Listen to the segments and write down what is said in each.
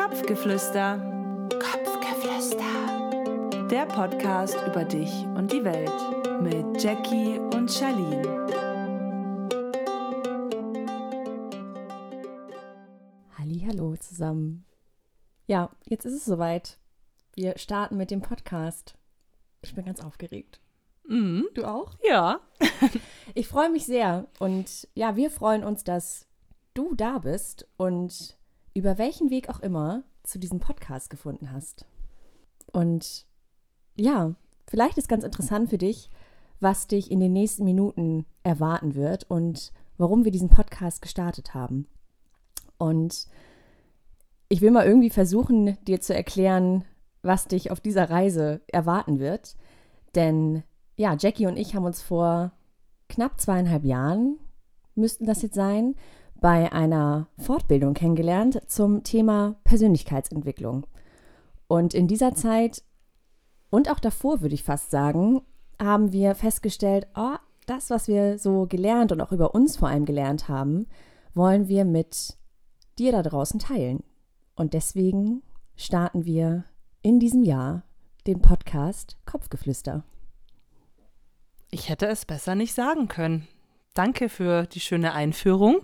Kopfgeflüster. Kopfgeflüster. Der Podcast über dich und die Welt mit Jackie und Charlene. Hallihallo zusammen. Ja, jetzt ist es soweit. Wir starten mit dem Podcast. Ich bin ganz aufgeregt. Du auch? Ja. Ich freue mich sehr und ja, wir freuen uns, dass du da bist und über welchen Weg auch immer zu diesem Podcast gefunden hast. Und ja, vielleicht ist ganz interessant für dich, was dich in den nächsten Minuten erwarten wird und warum wir diesen Podcast gestartet haben. Und ich will mal irgendwie versuchen, dir zu erklären, was dich auf dieser Reise erwarten wird. Denn ja, Jackie und ich haben uns vor knapp 2,5 Jahren, müssten das jetzt sein, bei einer Fortbildung kennengelernt zum Thema Persönlichkeitsentwicklung. Und in dieser Zeit und auch davor, würde ich fast sagen, haben wir festgestellt, das, was wir so gelernt und auch über uns vor allem gelernt haben, wollen wir mit dir da draußen teilen. Und deswegen starten wir in diesem Jahr den Podcast Kopfgeflüster. Ich hätte es besser nicht sagen können. Danke für die schöne Einführung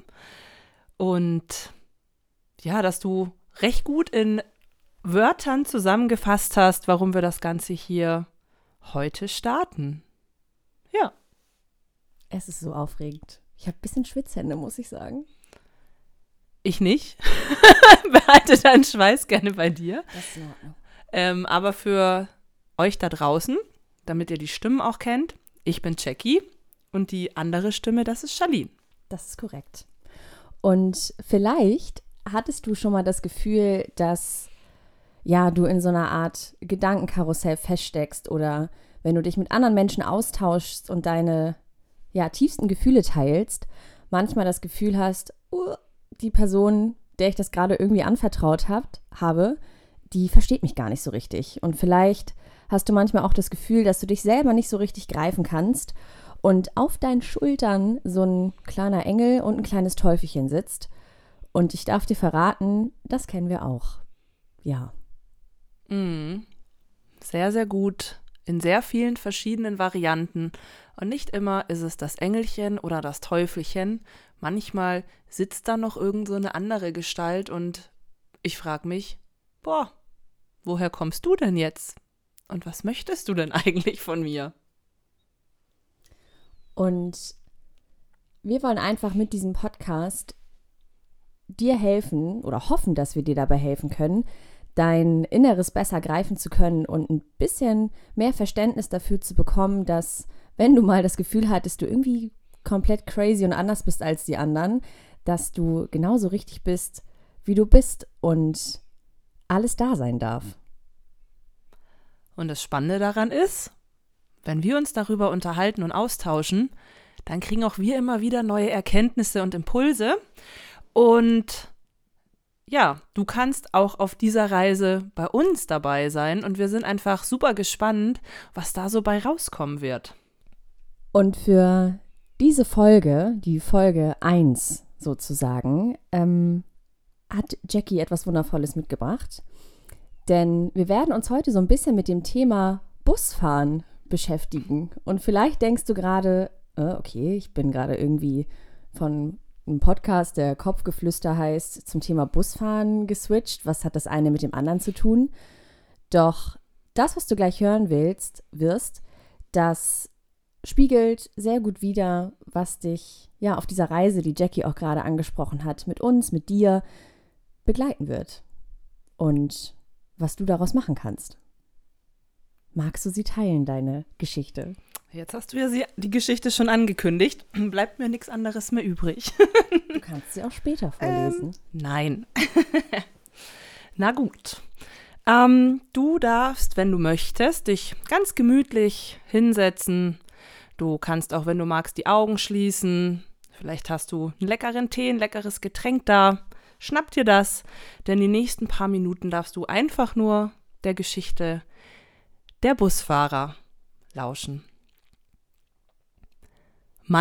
und ja, dass du recht gut in Wörtern zusammengefasst hast, warum wir das Ganze hier heute starten. Ja. Es ist so aufregend. Ich habe ein bisschen Schwitzhände, muss ich sagen. Ich nicht. Behalte deinen Schweiß gerne bei dir. Das ist in Ordnung. Aber für euch da draußen, damit ihr die Stimmen auch kennt, ich bin Jackie und die andere Stimme, das ist Charlene. Das ist korrekt. Und vielleicht hattest du schon mal das Gefühl, dass ja, du in so einer Art Gedankenkarussell feststeckst oder wenn du dich mit anderen Menschen austauschst und deine tiefsten Gefühle teilst, manchmal das Gefühl hast, die Person, der ich das gerade irgendwie anvertraut habe, die versteht mich gar nicht so richtig. Und vielleicht hast du manchmal auch das Gefühl, dass du dich selber nicht so richtig greifen kannst und auf deinen Schultern so ein kleiner Engel und ein kleines Teufelchen sitzt. Und ich darf dir verraten, das kennen wir auch. Ja. Sehr, sehr gut. In sehr vielen verschiedenen Varianten. Und nicht immer ist es das Engelchen oder das Teufelchen. Manchmal sitzt da noch irgend so eine andere Gestalt und ich frage mich, woher kommst du denn jetzt? Und was möchtest du denn eigentlich von mir? Und wir wollen einfach mit diesem Podcast dir helfen oder hoffen, dass wir dir dabei helfen können, dein Inneres besser greifen zu können und ein bisschen mehr Verständnis dafür zu bekommen, dass, wenn du mal das Gefühl hattest, du irgendwie komplett crazy und anders bist als die anderen, dass du genauso richtig bist, wie du bist und alles da sein darf. Und das Spannende daran ist, wenn wir uns darüber unterhalten und austauschen, dann kriegen auch wir immer wieder neue Erkenntnisse und Impulse. Und ja, du kannst auch auf dieser Reise bei uns dabei sein. Und wir sind einfach super gespannt, was da so bei rauskommen wird. Und für diese Folge, die Folge 1 sozusagen, hat Jackie etwas Wundervolles mitgebracht. Denn wir werden uns heute so ein bisschen mit dem Thema Busfahren beschäftigen. Und vielleicht denkst du gerade, okay, ich bin gerade irgendwie von einem Podcast, der Kopfgeflüster heißt, zum Thema Busfahren geswitcht. Was hat das eine mit dem anderen zu tun? Doch das, was du gleich hören wirst, das spiegelt sehr gut wider, was dich auf dieser Reise, die Jackie auch gerade angesprochen hat, mit uns, mit dir begleiten wird. Und was du daraus machen kannst. Magst du sie teilen, deine Geschichte? Jetzt hast du ja die Geschichte schon angekündigt. Bleibt mir nichts anderes mehr übrig. Du kannst sie auch später vorlesen. Nein. Na gut. Du darfst, wenn du möchtest, dich ganz gemütlich hinsetzen. Du kannst auch, wenn du magst, die Augen schließen. Vielleicht hast du einen leckeren Tee, ein leckeres Getränk da. Schnapp dir das, denn die nächsten paar Minuten darfst du einfach nur der Geschichte der Busfahrer lauschen.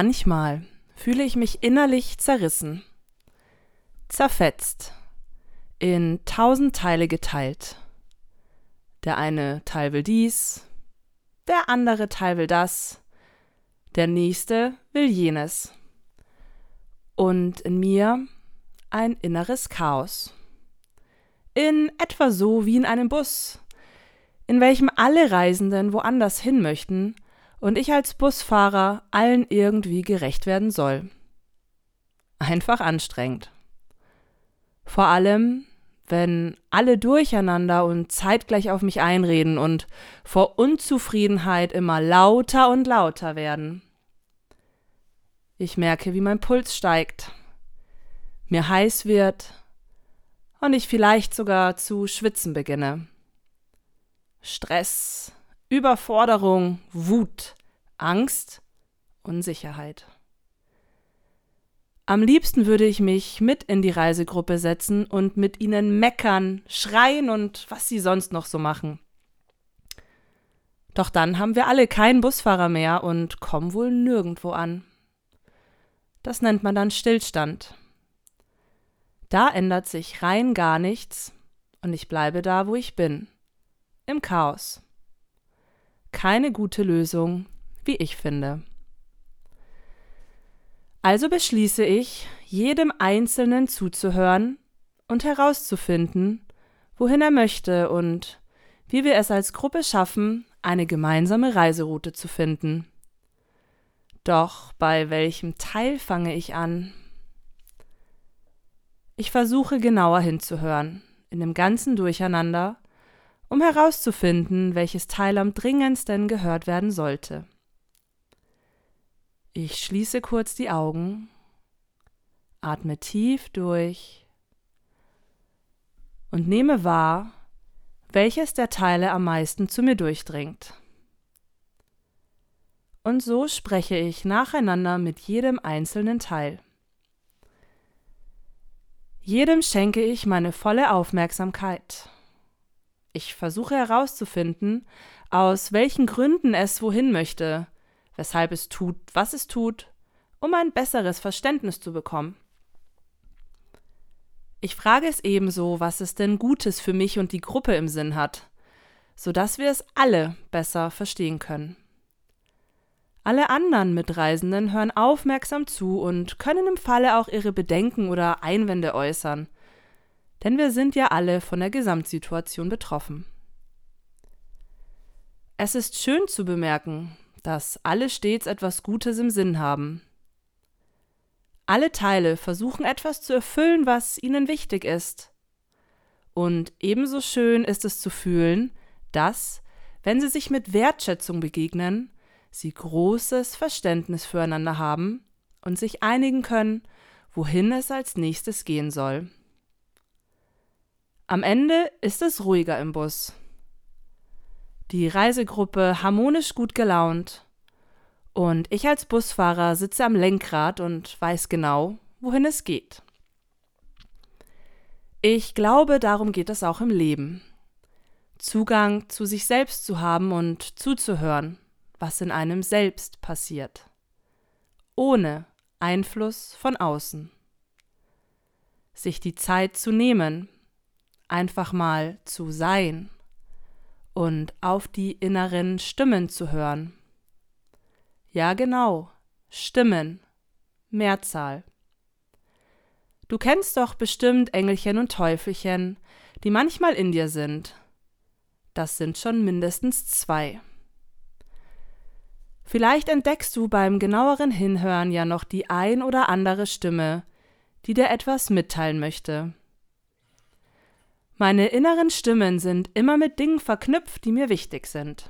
Manchmal fühle ich mich innerlich zerrissen, zerfetzt, in 1000 Teile geteilt. Der eine Teil will dies, der andere Teil will das, der nächste will jenes. Und in mir ein inneres Chaos. In etwa so wie in einem Bus, in welchem alle Reisenden woanders hin möchten und ich als Busfahrer allen irgendwie gerecht werden soll. Einfach anstrengend. Vor allem, wenn alle durcheinander und zeitgleich auf mich einreden und vor Unzufriedenheit immer lauter und lauter werden. Ich merke, wie mein Puls steigt, mir heiß wird und ich vielleicht sogar zu schwitzen beginne. Stress, Überforderung, Wut, Angst, Unsicherheit. Am liebsten würde ich mich mit in die Reisegruppe setzen und mit ihnen meckern, schreien und was sie sonst noch so machen. Doch dann haben wir alle keinen Busfahrer mehr und kommen wohl nirgendwo an. Das nennt man dann Stillstand. Da ändert sich rein gar nichts und ich bleibe da, wo ich bin. Im Chaos. Keine gute Lösung, wie ich finde. Also beschließe ich, jedem Einzelnen zuzuhören und herauszufinden, wohin er möchte und wie wir es als Gruppe schaffen, eine gemeinsame Reiseroute zu finden. Doch bei welchem Teil fange ich an? Ich versuche genauer hinzuhören, in dem ganzen Durcheinander, um herauszufinden, welches Teil am dringendsten gehört werden sollte. Ich schließe kurz die Augen, atme tief durch und nehme wahr, welches der Teile am meisten zu mir durchdringt. Und so spreche ich nacheinander mit jedem einzelnen Teil. Jedem schenke ich meine volle Aufmerksamkeit. Ich versuche herauszufinden, aus welchen Gründen es wohin möchte, weshalb es tut, was es tut, um ein besseres Verständnis zu bekommen. Ich frage es ebenso, was es denn Gutes für mich und die Gruppe im Sinn hat, sodass wir es alle besser verstehen können. Alle anderen Mitreisenden hören aufmerksam zu und können im Falle auch ihre Bedenken oder Einwände äußern, denn wir sind ja alle von der Gesamtsituation betroffen. Es ist schön zu bemerken, dass alle stets etwas Gutes im Sinn haben. Alle Teile versuchen etwas zu erfüllen, was ihnen wichtig ist. Und ebenso schön ist es zu fühlen, dass, wenn sie sich mit Wertschätzung begegnen, sie großes Verständnis füreinander haben und sich einigen können, wohin es als nächstes gehen soll. Am Ende ist es ruhiger im Bus. Die Reisegruppe harmonisch gut gelaunt und ich als Busfahrer sitze am Lenkrad und weiß genau, wohin es geht. Ich glaube, darum geht es auch im Leben. Zugang zu sich selbst zu haben und zuzuhören, was in einem selbst passiert, ohne Einfluss von außen. Sich die Zeit zu nehmen, einfach mal zu sein und auf die inneren Stimmen zu hören. Ja, genau, Stimmen, Mehrzahl. Du kennst doch bestimmt Engelchen und Teufelchen, die manchmal in dir sind. Das sind schon mindestens 2. Vielleicht entdeckst du beim genaueren Hinhören ja noch die ein oder andere Stimme, die dir etwas mitteilen möchte. Meine inneren Stimmen sind immer mit Dingen verknüpft, die mir wichtig sind.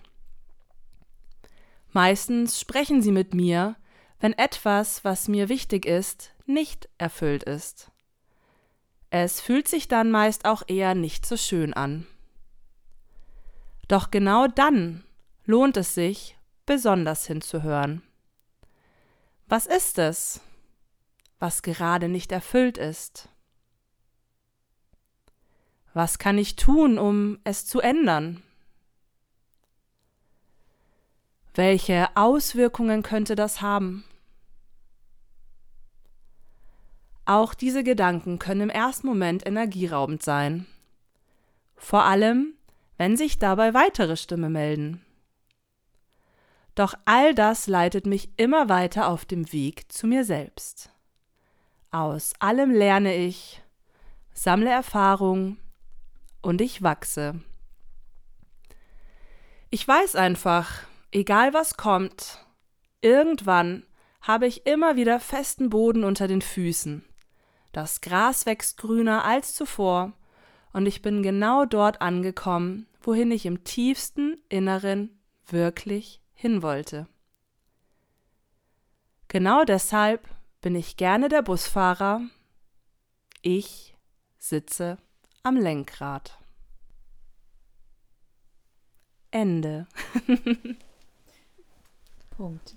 Meistens sprechen sie mit mir, wenn etwas, was mir wichtig ist, nicht erfüllt ist. Es fühlt sich dann meist auch eher nicht so schön an. Doch genau dann lohnt es sich, besonders hinzuhören. Was ist es, was gerade nicht erfüllt ist? Was kann ich tun, um es zu ändern? Welche Auswirkungen könnte das haben? Auch diese Gedanken können im ersten Moment energieraubend sein. Vor allem, wenn sich dabei weitere Stimmen melden. Doch all das leitet mich immer weiter auf dem Weg zu mir selbst. Aus allem lerne ich, sammle Erfahrung und ich wachse. Ich weiß einfach, egal was kommt, irgendwann habe ich immer wieder festen Boden unter den Füßen. Das Gras wächst grüner als zuvor und ich bin genau dort angekommen, wohin ich im tiefsten Inneren wirklich hin wollte. Genau deshalb bin ich gerne der Busfahrer. Ich sitze am Lenkrad. Ende. Punkt.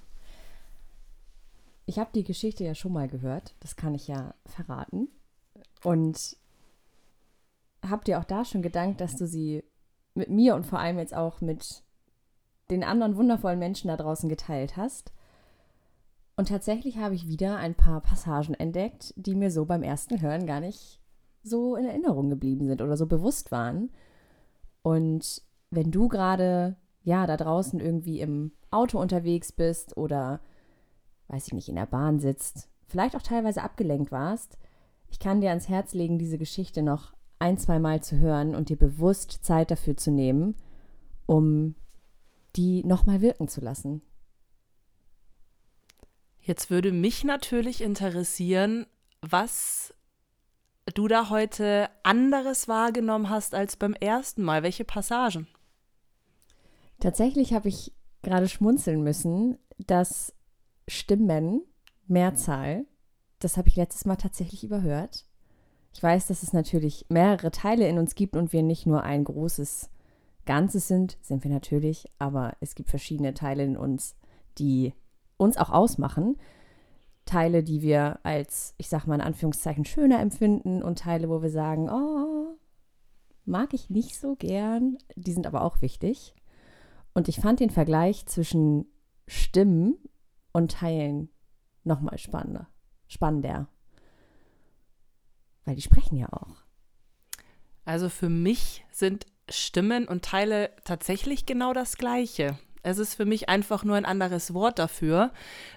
Ich habe die Geschichte ja schon mal gehört, das kann ich ja verraten. Und habe dir auch da schon gedankt, dass du sie mit mir und vor allem jetzt auch mit den anderen wundervollen Menschen da draußen geteilt hast. Und tatsächlich habe ich wieder ein paar Passagen entdeckt, die mir so beim ersten Hören gar nicht so in Erinnerung geblieben sind oder so bewusst waren. Und wenn du gerade da draußen irgendwie im Auto unterwegs bist oder, weiß ich nicht, in der Bahn sitzt, vielleicht auch teilweise abgelenkt warst, ich kann dir ans Herz legen, diese Geschichte noch 1-2 Mal zu hören und dir bewusst Zeit dafür zu nehmen, um die nochmal wirken zu lassen. Jetzt würde mich natürlich interessieren, was du da heute anderes wahrgenommen hast als beim ersten Mal. Welche Passagen? Tatsächlich habe ich gerade schmunzeln müssen, dass Stimmen, Mehrzahl, das habe ich letztes Mal tatsächlich überhört. Ich weiß, dass es natürlich mehrere Teile in uns gibt und wir nicht nur ein großes Ganzes sind wir natürlich, aber es gibt verschiedene Teile in uns, die uns auch ausmachen. Teile, die wir als, ich sag mal in Anführungszeichen, schöner empfinden und Teile, wo wir sagen, oh, mag ich nicht so gern. Die sind aber auch wichtig. Und ich fand den Vergleich zwischen Stimmen und Teilen nochmal spannender. Weil die sprechen ja auch. Also für mich sind Stimmen und Teile tatsächlich genau das Gleiche. Es ist für mich einfach nur ein anderes Wort dafür,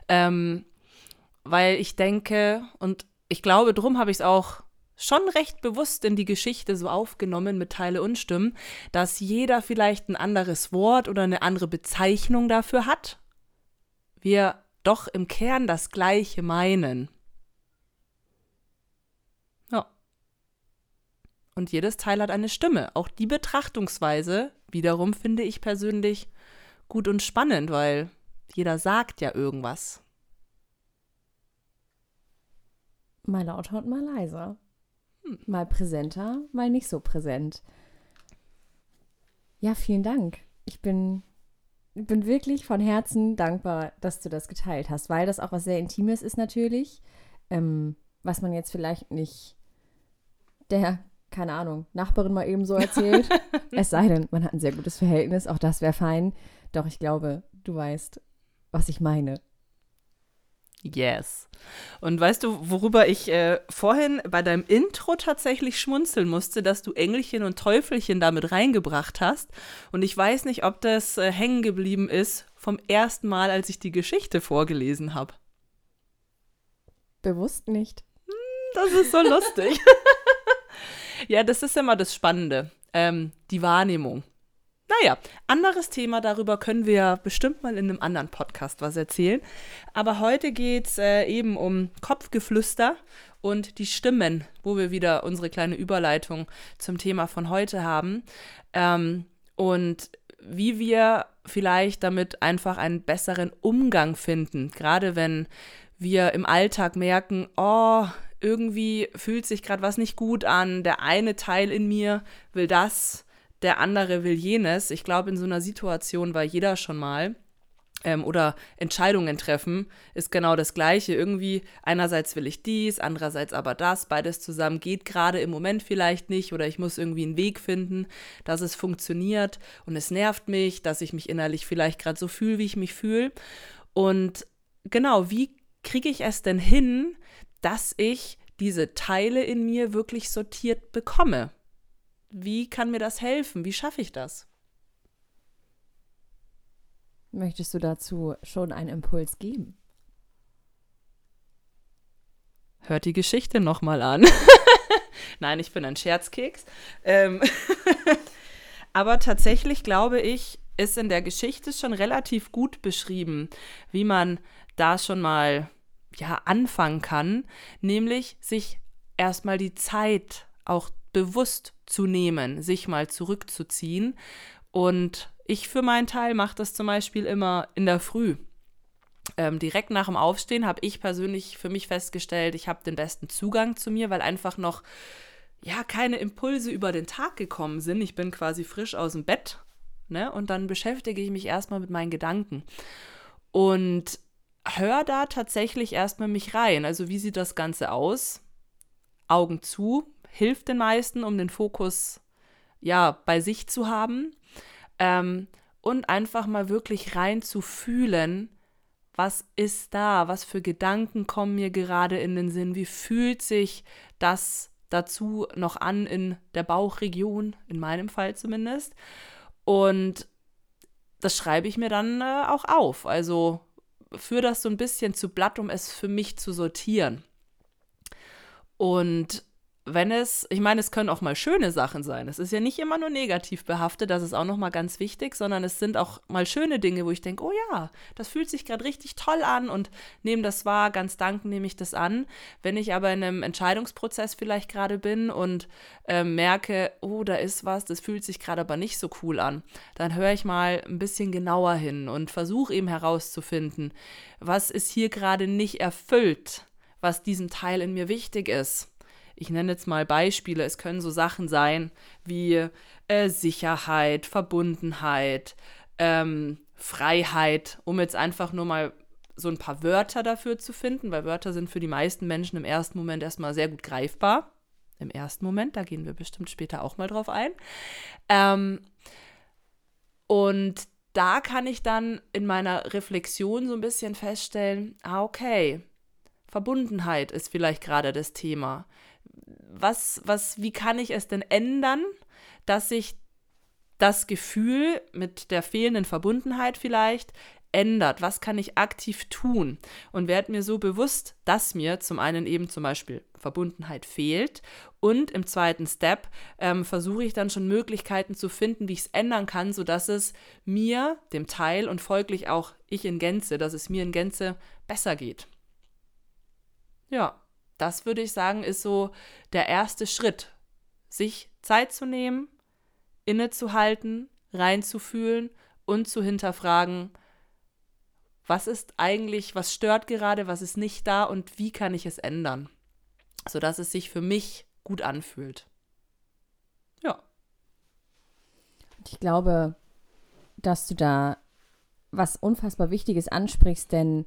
weil ich denke, und ich glaube, drum habe ich es auch schon recht bewusst in die Geschichte so aufgenommen mit Teile und Stimmen, dass jeder vielleicht ein anderes Wort oder eine andere Bezeichnung dafür hat. Wir doch im Kern das Gleiche meinen. Ja. Und jedes Teil hat eine Stimme. Auch die Betrachtungsweise wiederum finde ich persönlich gut und spannend, weil jeder sagt ja irgendwas. Mal lauter und mal leiser. Mal präsenter, mal nicht so präsent. Ja, vielen Dank. Ich bin wirklich von Herzen dankbar, dass du das geteilt hast, weil das auch was sehr Intimes ist natürlich, was man jetzt vielleicht nicht der, keine Ahnung, Nachbarin mal eben so erzählt. Es sei denn, man hat ein sehr gutes Verhältnis, auch das wäre fein. Doch ich glaube, du weißt, was ich meine. Yes. Und weißt du, worüber ich vorhin bei deinem Intro tatsächlich schmunzeln musste, dass du Engelchen und Teufelchen damit reingebracht hast. Und ich weiß nicht, ob das hängen geblieben ist vom ersten Mal, als ich die Geschichte vorgelesen habe. Bewusst nicht. Das ist so lustig. Ja, das ist immer das Spannende, die Wahrnehmung. Naja, anderes Thema, darüber können wir bestimmt mal in einem anderen Podcast was erzählen. Aber heute geht es eben um Kopfgeflüster und die Stimmen, wo wir wieder unsere kleine Überleitung zum Thema von heute haben. Und wie wir vielleicht damit einfach einen besseren Umgang finden. Gerade wenn wir im Alltag merken, oh, irgendwie fühlt sich gerade was nicht gut an, der eine Teil in mir will das, der andere will jenes. Ich glaube, in so einer Situation war jeder schon mal. Oder Entscheidungen treffen ist genau das Gleiche. Irgendwie einerseits will ich dies, andererseits aber das. Beides zusammen geht gerade im Moment vielleicht nicht oder ich muss irgendwie einen Weg finden, dass es funktioniert. Und es nervt mich, dass ich mich innerlich vielleicht gerade so fühle, wie ich mich fühle. Und genau, wie kriege ich es denn hin, dass ich diese Teile in mir wirklich sortiert bekomme. Wie kann mir das helfen? Wie schaffe ich das? Möchtest du dazu schon einen Impuls geben? Hört die Geschichte nochmal an. Nein, ich bin ein Scherzkeks. Aber tatsächlich glaube ich, ist in der Geschichte schon relativ gut beschrieben, wie man da schon mal anfangen kann, nämlich sich erstmal die Zeit auch bewusst zu nehmen, sich mal zurückzuziehen. Und ich für meinen Teil mache das zum Beispiel immer in der Früh. Direkt nach dem Aufstehen habe ich persönlich für mich festgestellt, ich habe den besten Zugang zu mir, weil einfach noch keine Impulse über den Tag gekommen sind. Ich bin quasi frisch aus dem Bett, ne? Und dann beschäftige ich mich erstmal mit meinen Gedanken und höre da tatsächlich erstmal mich rein. Also wie sieht das Ganze aus? Augen zu, hilft den meisten, um den Fokus bei sich zu haben, und einfach mal wirklich rein zu fühlen, was ist da, was für Gedanken kommen mir gerade in den Sinn, wie fühlt sich das dazu noch an in der Bauchregion, in meinem Fall zumindest. Und das schreibe ich mir dann auch auf. Also führe das so ein bisschen zu Blatt, um es für mich zu sortieren. Und es können auch mal schöne Sachen sein. Es ist ja nicht immer nur negativ behaftet, das ist auch nochmal ganz wichtig, sondern es sind auch mal schöne Dinge, wo ich denke, oh ja, das fühlt sich gerade richtig toll an und nehme das wahr, ganz dankend nehme ich das an. Wenn ich aber in einem Entscheidungsprozess vielleicht gerade bin und merke, oh, da ist was, das fühlt sich gerade aber nicht so cool an, dann höre ich mal ein bisschen genauer hin und versuche eben herauszufinden, was ist hier gerade nicht erfüllt, was diesem Teil in mir wichtig ist. Ich nenne jetzt mal Beispiele. Es können so Sachen sein wie Sicherheit, Verbundenheit, Freiheit, um jetzt einfach nur mal so ein paar Wörter dafür zu finden, weil Wörter sind für die meisten Menschen im ersten Moment erstmal sehr gut greifbar. Im ersten Moment, da gehen wir bestimmt später auch mal drauf ein. Und da kann ich dann in meiner Reflexion so ein bisschen feststellen, okay, Verbundenheit ist vielleicht gerade das Thema. Wie kann ich es denn ändern, dass sich das Gefühl mit der fehlenden Verbundenheit vielleicht ändert? Was kann ich aktiv tun? Und werde mir so bewusst, dass mir zum einen eben zum Beispiel Verbundenheit fehlt und im zweiten Step versuche ich dann schon Möglichkeiten zu finden, wie ich es ändern kann, sodass es mir, dem Teil und folglich auch ich in Gänze, dass es mir in Gänze besser geht. Ja. Das würde ich sagen, ist so der erste Schritt, sich Zeit zu nehmen, innezuhalten, reinzufühlen und zu hinterfragen, was ist eigentlich, was stört gerade, was ist nicht da und wie kann ich es ändern, sodass es sich für mich gut anfühlt. Ja. Ich glaube, dass du da was unfassbar Wichtiges ansprichst, denn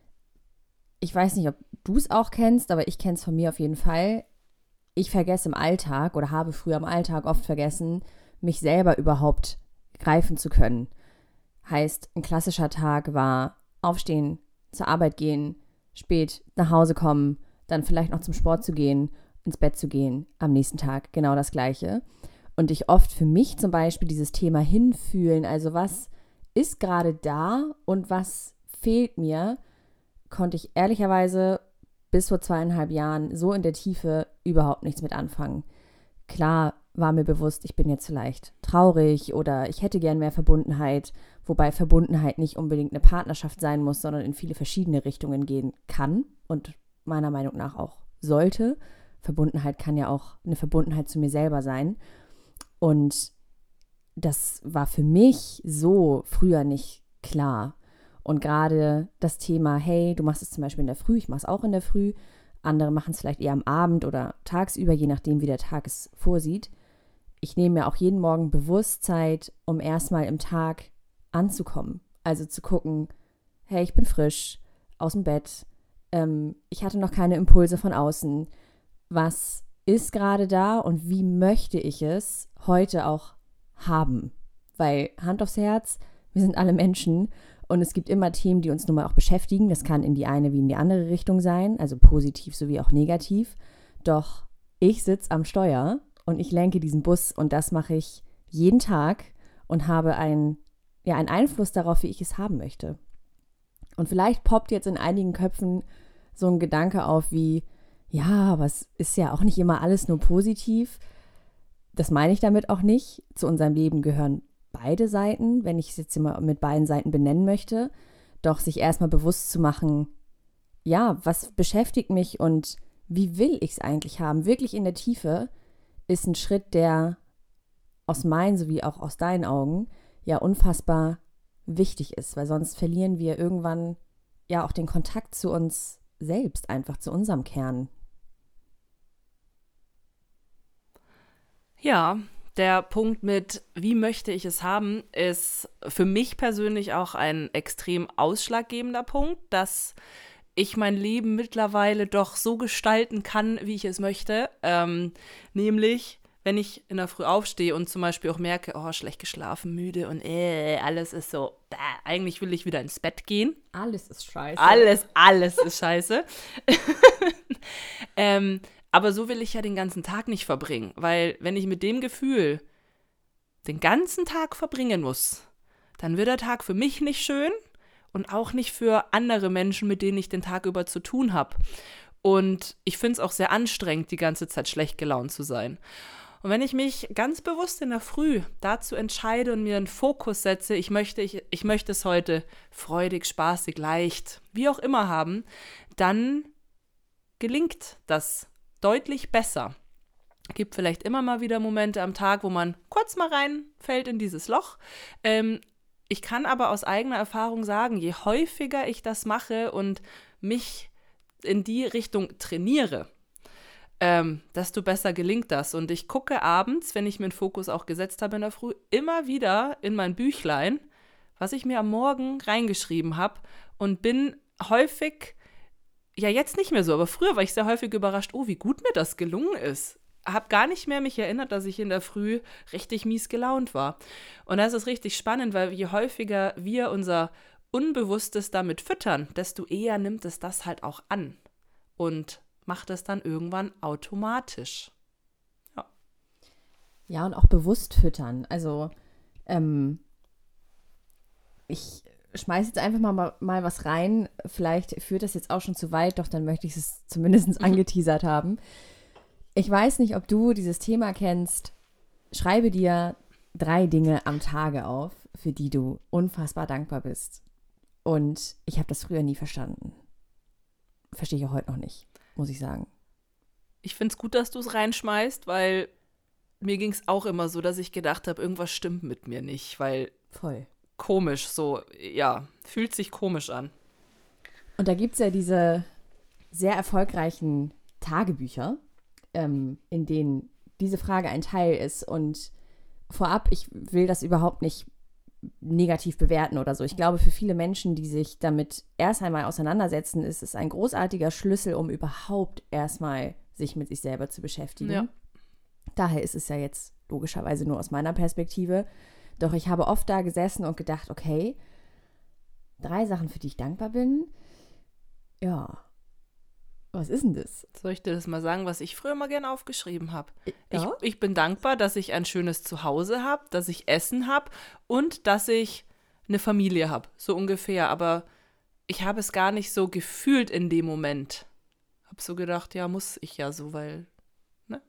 ich weiß nicht, ob du es auch kennst, aber ich kenne es von mir auf jeden Fall. Ich vergesse im Alltag oder habe früher im Alltag oft vergessen, mich selber überhaupt greifen zu können. Heißt, ein klassischer Tag war aufstehen, zur Arbeit gehen, spät nach Hause kommen, dann vielleicht noch zum Sport zu gehen, ins Bett zu gehen, am nächsten Tag genau das Gleiche. Und ich oft für mich zum Beispiel dieses Thema hinfühlen, also was ist gerade da und was fehlt mir, konnte ich ehrlicherweise bis vor 2,5 Jahren so in der Tiefe überhaupt nichts mit anfangen. Klar war mir bewusst, ich bin jetzt vielleicht traurig oder ich hätte gern mehr Verbundenheit, wobei Verbundenheit nicht unbedingt eine Partnerschaft sein muss, sondern in viele verschiedene Richtungen gehen kann und meiner Meinung nach auch sollte. Verbundenheit kann ja auch eine Verbundenheit zu mir selber sein. Und das war für mich so früher nicht klar. Und gerade das Thema, hey, du machst es zum Beispiel in der Früh, ich mache es auch in der Früh, andere machen es vielleicht eher am Abend oder tagsüber, je nachdem, wie der Tag es vorsieht. Ich nehme mir auch jeden Morgen bewusst Zeit, um erstmal im Tag anzukommen. Also zu gucken, hey, ich bin frisch, aus dem Bett, ich hatte noch keine Impulse von außen. Was ist gerade da und wie möchte ich es heute auch haben? Weil Hand aufs Herz, wir sind alle Menschen Und es gibt immer Themen, die uns nun mal auch beschäftigen. Das kann in die eine wie in die andere Richtung sein, also positiv sowie auch negativ. Doch ich sitze am Steuer und ich lenke diesen Bus und das mache ich jeden Tag und habe einen Einfluss darauf, wie ich es haben möchte. Und vielleicht poppt jetzt in einigen Köpfen so ein Gedanke auf wie, ja, aber es ist ja auch nicht immer alles nur positiv. Das meine ich damit auch nicht. Zu unserem Leben gehören beide Seiten, wenn ich es jetzt immer mit beiden Seiten benennen möchte. Doch sich erstmal bewusst zu machen, ja, was beschäftigt mich und wie will ich es eigentlich haben? Wirklich in der Tiefe ist ein Schritt, der aus meinen sowie auch aus deinen Augen ja unfassbar wichtig ist, weil sonst verlieren wir irgendwann ja auch den Kontakt zu uns selbst, einfach zu unserem Kern. Ja, der Punkt mit, wie möchte ich es haben, ist für mich persönlich auch ein extrem ausschlaggebender Punkt, dass ich mein Leben mittlerweile doch so gestalten kann, wie ich es möchte. Nämlich, wenn ich in der Früh aufstehe und zum Beispiel auch merke, oh, schlecht geschlafen, müde und alles ist so, eigentlich will ich wieder ins Bett gehen. Alles ist scheiße. Alles ist scheiße. Aber so will ich ja den ganzen Tag nicht verbringen, weil wenn ich mit dem Gefühl den ganzen Tag verbringen muss, dann wird der Tag für mich nicht schön und auch nicht für andere Menschen, mit denen ich den Tag über zu tun habe. Und ich finde es auch sehr anstrengend, die ganze Zeit schlecht gelaunt zu sein. Und wenn ich mich ganz bewusst in der Früh dazu entscheide und mir einen Fokus setze, ich möchte es heute freudig, spaßig, leicht, wie auch immer haben, dann gelingt das deutlich besser. Es gibt vielleicht immer mal wieder Momente am Tag, wo man kurz mal reinfällt in dieses Loch. Ich kann aber aus eigener Erfahrung sagen, je häufiger ich das mache und mich in die Richtung trainiere, desto besser gelingt das. Und ich gucke abends, wenn ich mir einen Fokus auch gesetzt habe in der Früh, immer wieder in mein Büchlein, was ich mir am Morgen reingeschrieben habe und bin häufig, ja jetzt nicht mehr so, aber früher war ich sehr häufig überrascht, oh, wie gut mir das gelungen ist. Habe gar nicht mehr mich erinnert, dass ich in der Früh richtig mies gelaunt war. Und das ist richtig spannend, weil je häufiger wir unser Unbewusstes damit füttern, desto eher nimmt es das halt auch an und macht es dann irgendwann automatisch. Ja. Ja, und auch bewusst füttern. Also ich schmeiße jetzt einfach mal was rein. Vielleicht führt das jetzt auch schon zu weit, doch dann möchte ich es zumindest angeteasert haben. Ich weiß nicht, ob du dieses Thema kennst. Schreibe dir 3 Dinge am Tage auf, für die du unfassbar dankbar bist. Und ich habe das früher nie verstanden. Verstehe ich auch heute noch nicht, muss ich sagen. Ich finde es gut, dass du es reinschmeißt, weil mir ging es auch immer so, dass ich gedacht habe, irgendwas stimmt mit mir nicht, weil voll komisch, so, ja, fühlt sich komisch an. Und da gibt es ja diese sehr erfolgreichen Tagebücher, in denen diese Frage ein Teil ist. Und vorab, ich will das überhaupt nicht negativ bewerten oder so. Ich glaube, für viele Menschen, die sich damit erst einmal auseinandersetzen, ist es ein großartiger Schlüssel, um überhaupt erstmal sich mit sich selber zu beschäftigen. Ja. Daher ist es ja jetzt logischerweise nur aus meiner Perspektive. Doch ich habe oft da gesessen und gedacht, okay, 3 Sachen, für die ich dankbar bin. Ja, was ist denn das? Soll ich dir das mal sagen, was ich früher mal gerne aufgeschrieben habe? Ja? Ich bin dankbar, dass ich ein schönes Zuhause habe, dass ich Essen habe und dass ich eine Familie habe, so ungefähr. Aber ich habe es gar nicht so gefühlt in dem Moment. Habe so gedacht, ja, muss ich ja so, weil, ne?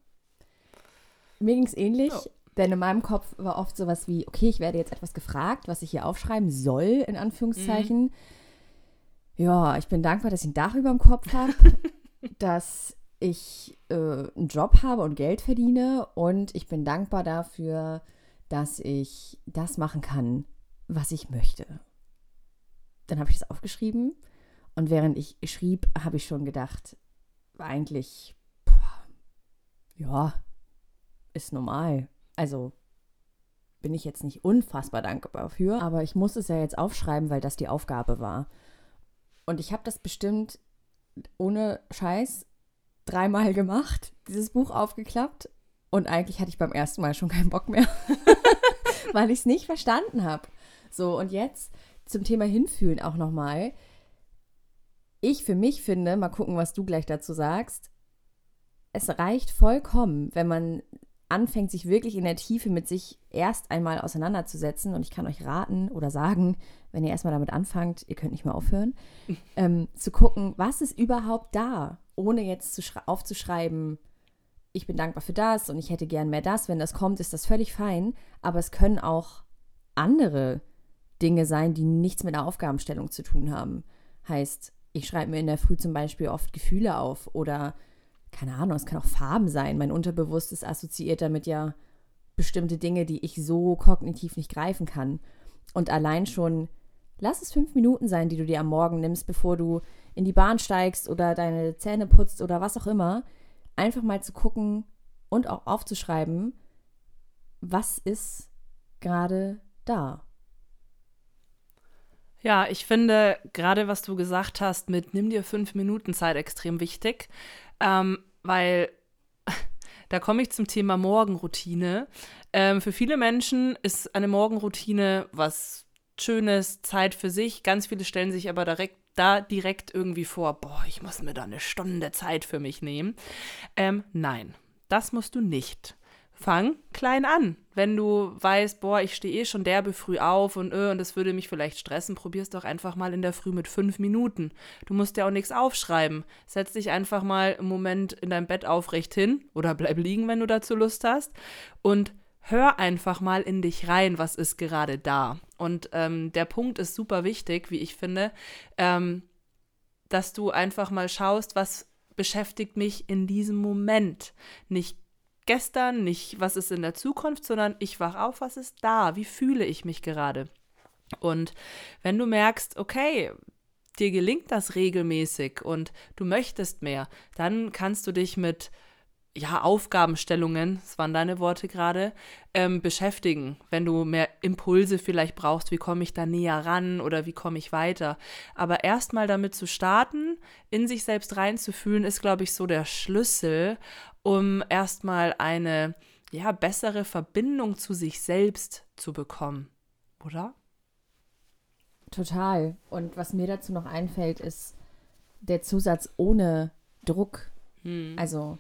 Mir ging es ähnlich, Ja. denn in meinem Kopf war oft sowas wie, okay, ich werde jetzt etwas gefragt, was ich hier aufschreiben soll, in Anführungszeichen. Ja, ich bin dankbar, dass ich ein Dach über dem Kopf habe, dass ich einen Job habe und Geld verdiene und ich bin dankbar dafür, dass ich das machen kann, was ich möchte. Dann habe ich das aufgeschrieben und während ich schrieb, habe ich schon gedacht, eigentlich, ja, ist normal. Also bin ich jetzt nicht unfassbar dankbar für, aber ich muss es ja jetzt aufschreiben, weil das die Aufgabe war. Und ich habe das bestimmt ohne Scheiß 3-mal gemacht, dieses Buch aufgeklappt. Und eigentlich hatte ich beim ersten Mal schon keinen Bock mehr, weil ich es nicht verstanden habe. So, und jetzt zum Thema Hinfühlen auch nochmal. Ich für mich finde, mal gucken, was du gleich dazu sagst, es reicht vollkommen, wenn man anfängt, sich wirklich in der Tiefe mit sich erst einmal auseinanderzusetzen. Und ich kann euch raten oder sagen, wenn ihr erstmal damit anfangt, ihr könnt nicht mehr aufhören, zu gucken, was ist überhaupt da, ohne jetzt aufzuschreiben, ich bin dankbar für das und ich hätte gern mehr das. Wenn das kommt, ist das völlig fein. Aber es können auch andere Dinge sein, die nichts mit einer Aufgabenstellung zu tun haben. Heißt, ich schreibe mir in der Früh zum Beispiel oft Gefühle auf oder keine Ahnung, es kann auch Farben sein. Mein Unterbewusstes assoziiert damit ja bestimmte Dinge, die ich so kognitiv nicht greifen kann. Und allein schon, lass es 5 Minuten sein, die du dir am Morgen nimmst, bevor du in die Bahn steigst oder deine Zähne putzt oder was auch immer. Einfach mal zu gucken und auch aufzuschreiben, was ist gerade da. Ja, ich finde gerade, was du gesagt hast mit nimm dir 5 Minuten Zeit extrem wichtig, weil da komme ich zum Thema Morgenroutine. Für viele Menschen ist eine Morgenroutine was Schönes, Zeit für sich. Ganz viele stellen sich aber direkt irgendwie vor, boah, ich muss mir da eine Stunde Zeit für mich nehmen. Nein, das musst du nicht. Fang klein an. Wenn du weißt, boah, ich stehe schon derbe früh auf und das würde mich vielleicht stressen, probier's doch einfach mal in der Früh mit 5 Minuten. Du musst ja auch nichts aufschreiben. Setz dich einfach mal im Moment in deinem Bett aufrecht hin oder bleib liegen, wenn du dazu Lust hast und hör einfach mal in dich rein, was ist gerade da. Und der Punkt ist super wichtig, wie ich finde, dass du einfach mal schaust, was beschäftigt mich in diesem Moment. Nicht gestern, nicht was ist in der Zukunft, sondern ich wach auf, was ist da, wie fühle ich mich gerade. Und wenn du merkst, okay, dir gelingt das regelmäßig und du möchtest mehr, dann kannst du dich mit Aufgabenstellungen, das waren deine Worte gerade, beschäftigen. Wenn du mehr Impulse vielleicht brauchst, wie komme ich da näher ran oder wie komme ich weiter. Aber erstmal damit zu starten, in sich selbst reinzufühlen, ist, glaube ich, so der Schlüssel, um erstmal eine bessere Verbindung zu sich selbst zu bekommen. Oder? Total. Und was mir dazu noch einfällt, ist der Zusatz ohne Druck. Also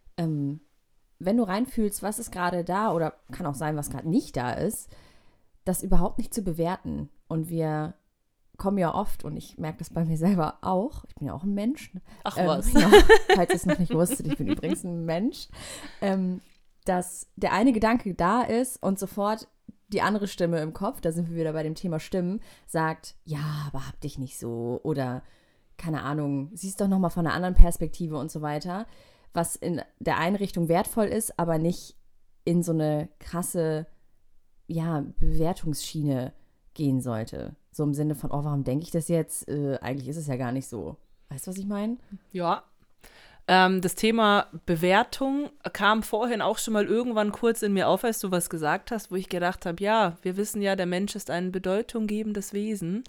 wenn du reinfühlst, was ist gerade da oder kann auch sein, was gerade nicht da ist, das überhaupt nicht zu bewerten. Und wir kommen ja oft, und ich merke das bei mir selber auch, ich bin ja auch ein Mensch. Ach was. Ja, falls ihr es noch nicht wusstet, ich bin übrigens ein Mensch. Dass der eine Gedanke da ist und sofort die andere Stimme im Kopf, da sind wir wieder bei dem Thema Stimmen, sagt, ja, aber hab dich nicht so oder keine Ahnung, siehst doch nochmal von einer anderen Perspektive und so weiter, was in der einen Richtung wertvoll ist, aber nicht in so eine krasse, Bewertungsschiene gehen sollte. So im Sinne von, oh, warum denke ich das jetzt? Eigentlich ist es ja gar nicht so. Weißt du, was ich meine? Ja. Das Thema Bewertung kam vorhin auch schon mal irgendwann kurz in mir auf, als du was gesagt hast, wo ich gedacht habe, ja, wir wissen ja, der Mensch ist ein bedeutunggebendes Wesen.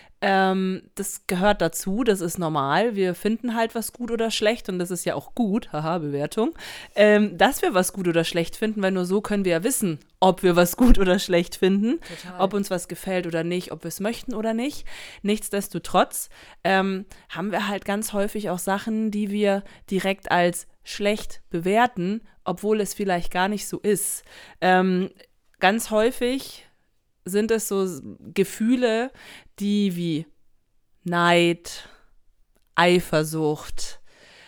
Das gehört dazu, das ist normal. Wir finden halt was gut oder schlecht und das ist ja auch gut, haha, Bewertung, dass wir was gut oder schlecht finden, weil nur so können wir ja wissen, ob wir was gut oder schlecht finden, ob uns was gefällt oder nicht, ob wir es möchten oder nicht. Nichtsdestotrotz haben wir halt ganz häufig auch Sachen, die wir direkt als schlecht bewerten, obwohl es vielleicht gar nicht so ist. Ganz häufig sind es so Gefühle, die wie Neid, Eifersucht,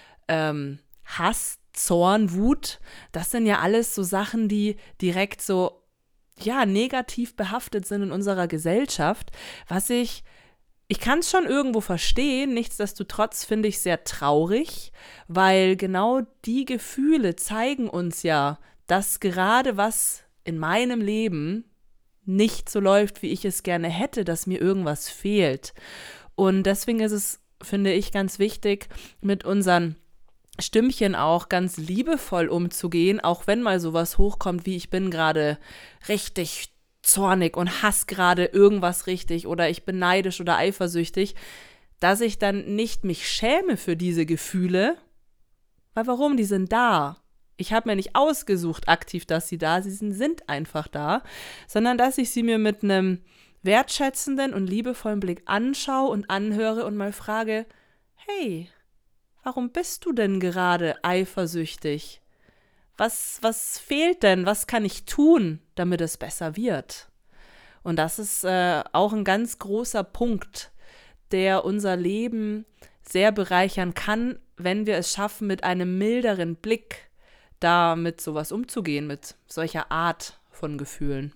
Hass, Zorn, Wut, das sind ja alles so Sachen, die direkt so, negativ behaftet sind in unserer Gesellschaft, was ich kann es schon irgendwo verstehen, nichtsdestotrotz finde ich sehr traurig, weil genau die Gefühle zeigen uns ja, dass gerade was in meinem Leben nicht so läuft, wie ich es gerne hätte, dass mir irgendwas fehlt. Und deswegen ist es, finde ich, ganz wichtig, mit unseren Stimmchen auch ganz liebevoll umzugehen, auch wenn mal sowas hochkommt, wie ich bin gerade richtig zornig und hasse gerade irgendwas richtig oder ich bin neidisch oder eifersüchtig, dass ich dann nicht mich schäme für diese Gefühle, weil warum? Die sind da. Ich habe mir nicht ausgesucht aktiv, dass sie da sind einfach da, sondern dass ich sie mir mit einem wertschätzenden und liebevollen Blick anschaue und anhöre und mal frage, hey, warum bist du denn gerade eifersüchtig? Was fehlt denn? Was kann ich tun, damit es besser wird? Und das ist auch ein ganz großer Punkt, der unser Leben sehr bereichern kann, wenn wir es schaffen, mit einem milderen Blick da mit sowas umzugehen, mit solcher Art von Gefühlen.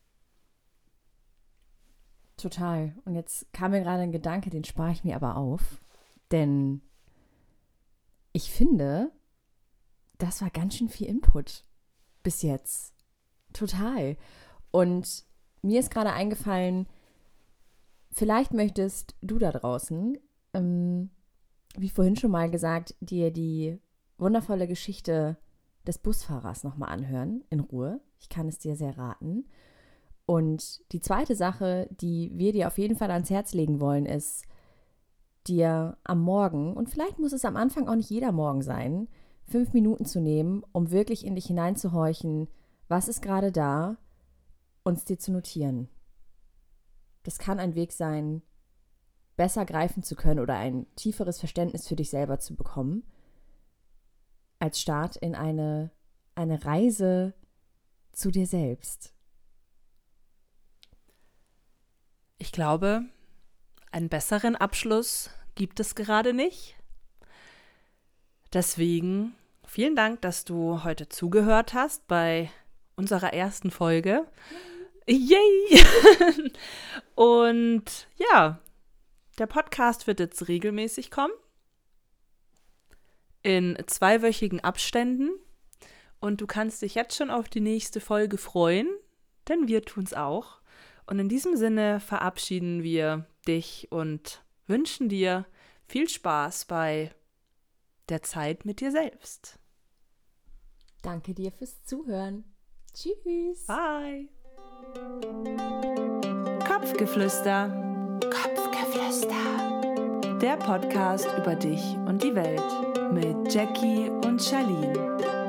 Total. Und jetzt kam mir gerade ein Gedanke, den spare ich mir aber auf. Denn ich finde, das war ganz schön viel Input bis jetzt. Total. Und mir ist gerade eingefallen, vielleicht möchtest du da draußen, wie vorhin schon mal gesagt, dir die wundervolle Geschichte des Busfahrers nochmal anhören, in Ruhe. Ich kann es dir sehr raten. Und die zweite Sache, die wir dir auf jeden Fall ans Herz legen wollen, ist, dir am Morgen, und vielleicht muss es am Anfang auch nicht jeder Morgen sein, 5 Minuten zu nehmen, um wirklich in dich hineinzuhorchen, was ist gerade da, und es dir zu notieren. Das kann ein Weg sein, besser greifen zu können oder ein tieferes Verständnis für dich selber zu bekommen, als Start in eine Reise zu dir selbst. Ich glaube, einen besseren Abschluss gibt es gerade nicht. Deswegen vielen Dank, dass du heute zugehört hast bei unserer ersten Folge. Yay! Und ja, der Podcast wird jetzt regelmäßig kommen, in 2-wöchigen Abständen. Und du kannst dich jetzt schon auf die nächste Folge freuen, denn wir tun's auch. Und in diesem Sinne verabschieden wir dich und wünschen dir viel Spaß bei der Zeit mit dir selbst. Danke dir fürs Zuhören. Tschüss. Bye. Kopfgeflüster. Kopfgeflüster. Der Podcast über dich und die Welt mit Jackie und Charlene.